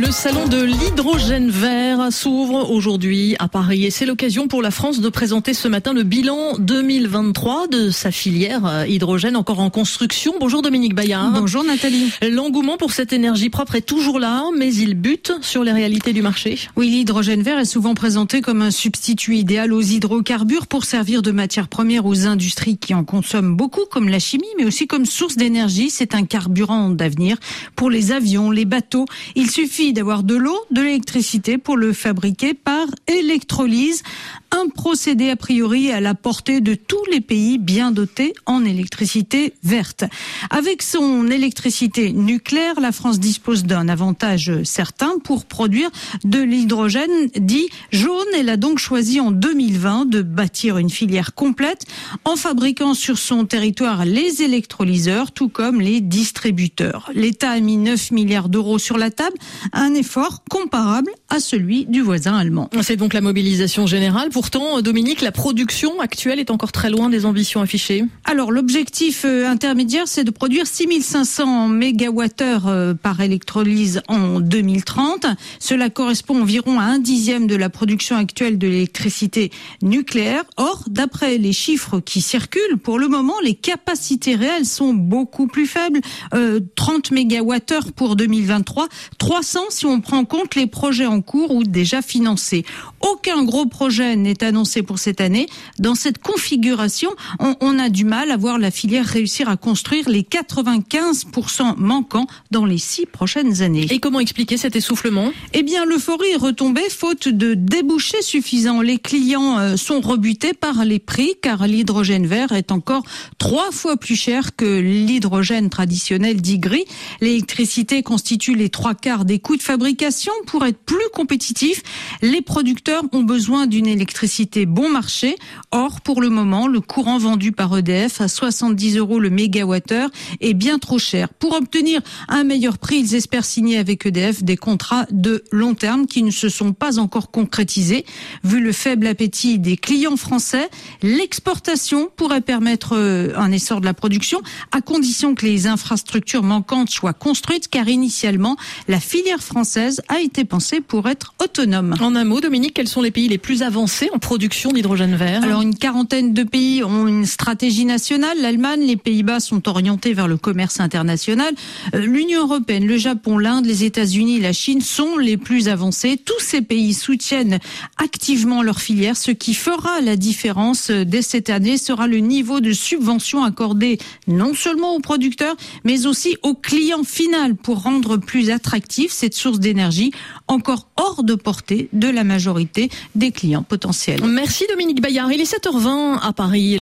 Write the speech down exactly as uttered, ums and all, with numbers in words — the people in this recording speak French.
Le salon de l'hydrogène vert s'ouvre aujourd'hui à Paris et c'est l'occasion pour la France de présenter ce matin le bilan deux mille vingt-trois de sa filière hydrogène encore en construction. Bonjour Dominique Bayard. Bonjour Nathalie. L'engouement pour cette énergie propre est toujours là, mais il bute sur les réalités du marché. Oui, l'hydrogène vert est souvent présenté comme un substitut idéal aux hydrocarbures pour servir de matière première aux industries qui en consomment beaucoup, comme la chimie, mais aussi comme source d'énergie. C'est un carburant d'avenir pour les avions, les bateaux. Il suffit d'avoir de l'eau, de l'électricité pour le fabriquer par électrolyse. Un procédé a priori à la portée de tous les pays bien dotés en électricité verte. Avec son électricité nucléaire, la France dispose d'un avantage certain pour produire de l'hydrogène dit jaune. Elle a donc choisi en deux mille vingt de bâtir une filière complète en fabriquant sur son territoire les électrolyseurs tout comme les distributeurs. L'État a mis neuf milliards d'euros sur la table, un effort comparable à celui du voisin allemand. C'est donc la mobilisation générale. Pourtant, Dominique, la production actuelle est encore très loin des ambitions affichées. Alors, l'objectif euh, intermédiaire, c'est de produire six mille cinq cents mégawattheures euh, par électrolyse en deux mille trente. Cela correspond environ à un dixième de la production actuelle de l'électricité nucléaire. Or, d'après les chiffres qui circulent, pour le moment, les capacités réelles sont beaucoup plus faibles. Euh, trente mégawattheures pour deux mille vingt-trois, trois cents si on prend en compte les projets en cours ou déjà financés. Aucun gros projet n'est annoncé pour cette année. Dans cette configuration, on, on a du mal à voir la filière réussir à construire les quatre-vingt-quinze pour cent manquants dans les six prochaines années. Et comment expliquer cet essoufflement ? Eh bien, l'euphorie est retombée faute de débouchés suffisants. Les clients euh, sont rebutés par les prix car l'hydrogène vert est encore trois fois plus cher que l'hydrogène traditionnel dit gris. L'électricité constitue les trois quarts des coûts de fabrication. Pour être plus compétitifs, les producteurs ont besoin d'une électricité bon marché. Or, pour le moment, le courant vendu par E D F à soixante-dix euros le mégawattheure est bien trop cher. Pour obtenir un meilleur prix, ils espèrent signer avec E D F des contrats de long terme qui ne se sont pas encore concrétisés. Vu le faible appétit des clients français, l'exportation pourrait permettre un essor de la production à condition que les infrastructures manquantes soient construites car initialement, la filière française a été pensée pour être autonome. En un mot, Dominique, quels sont les pays les plus avancés en production d'hydrogène vert ? Alors, une quarantaine de pays ont une stratégie nationale. L'Allemagne, les Pays-Bas sont orientés vers le commerce international. L'Union européenne, le Japon, l'Inde, les États-Unis, la Chine sont les plus avancés. Tous ces pays soutiennent activement leur filière. Ce qui fera la différence dès cette année sera le niveau de subvention accordé non seulement aux producteurs, mais aussi aux clients finaux pour rendre plus attractive cette source d'énergie encore hors de portée de la majorité des clients potentiels. Merci Dominique Bayard. Il est sept heures vingt à Paris.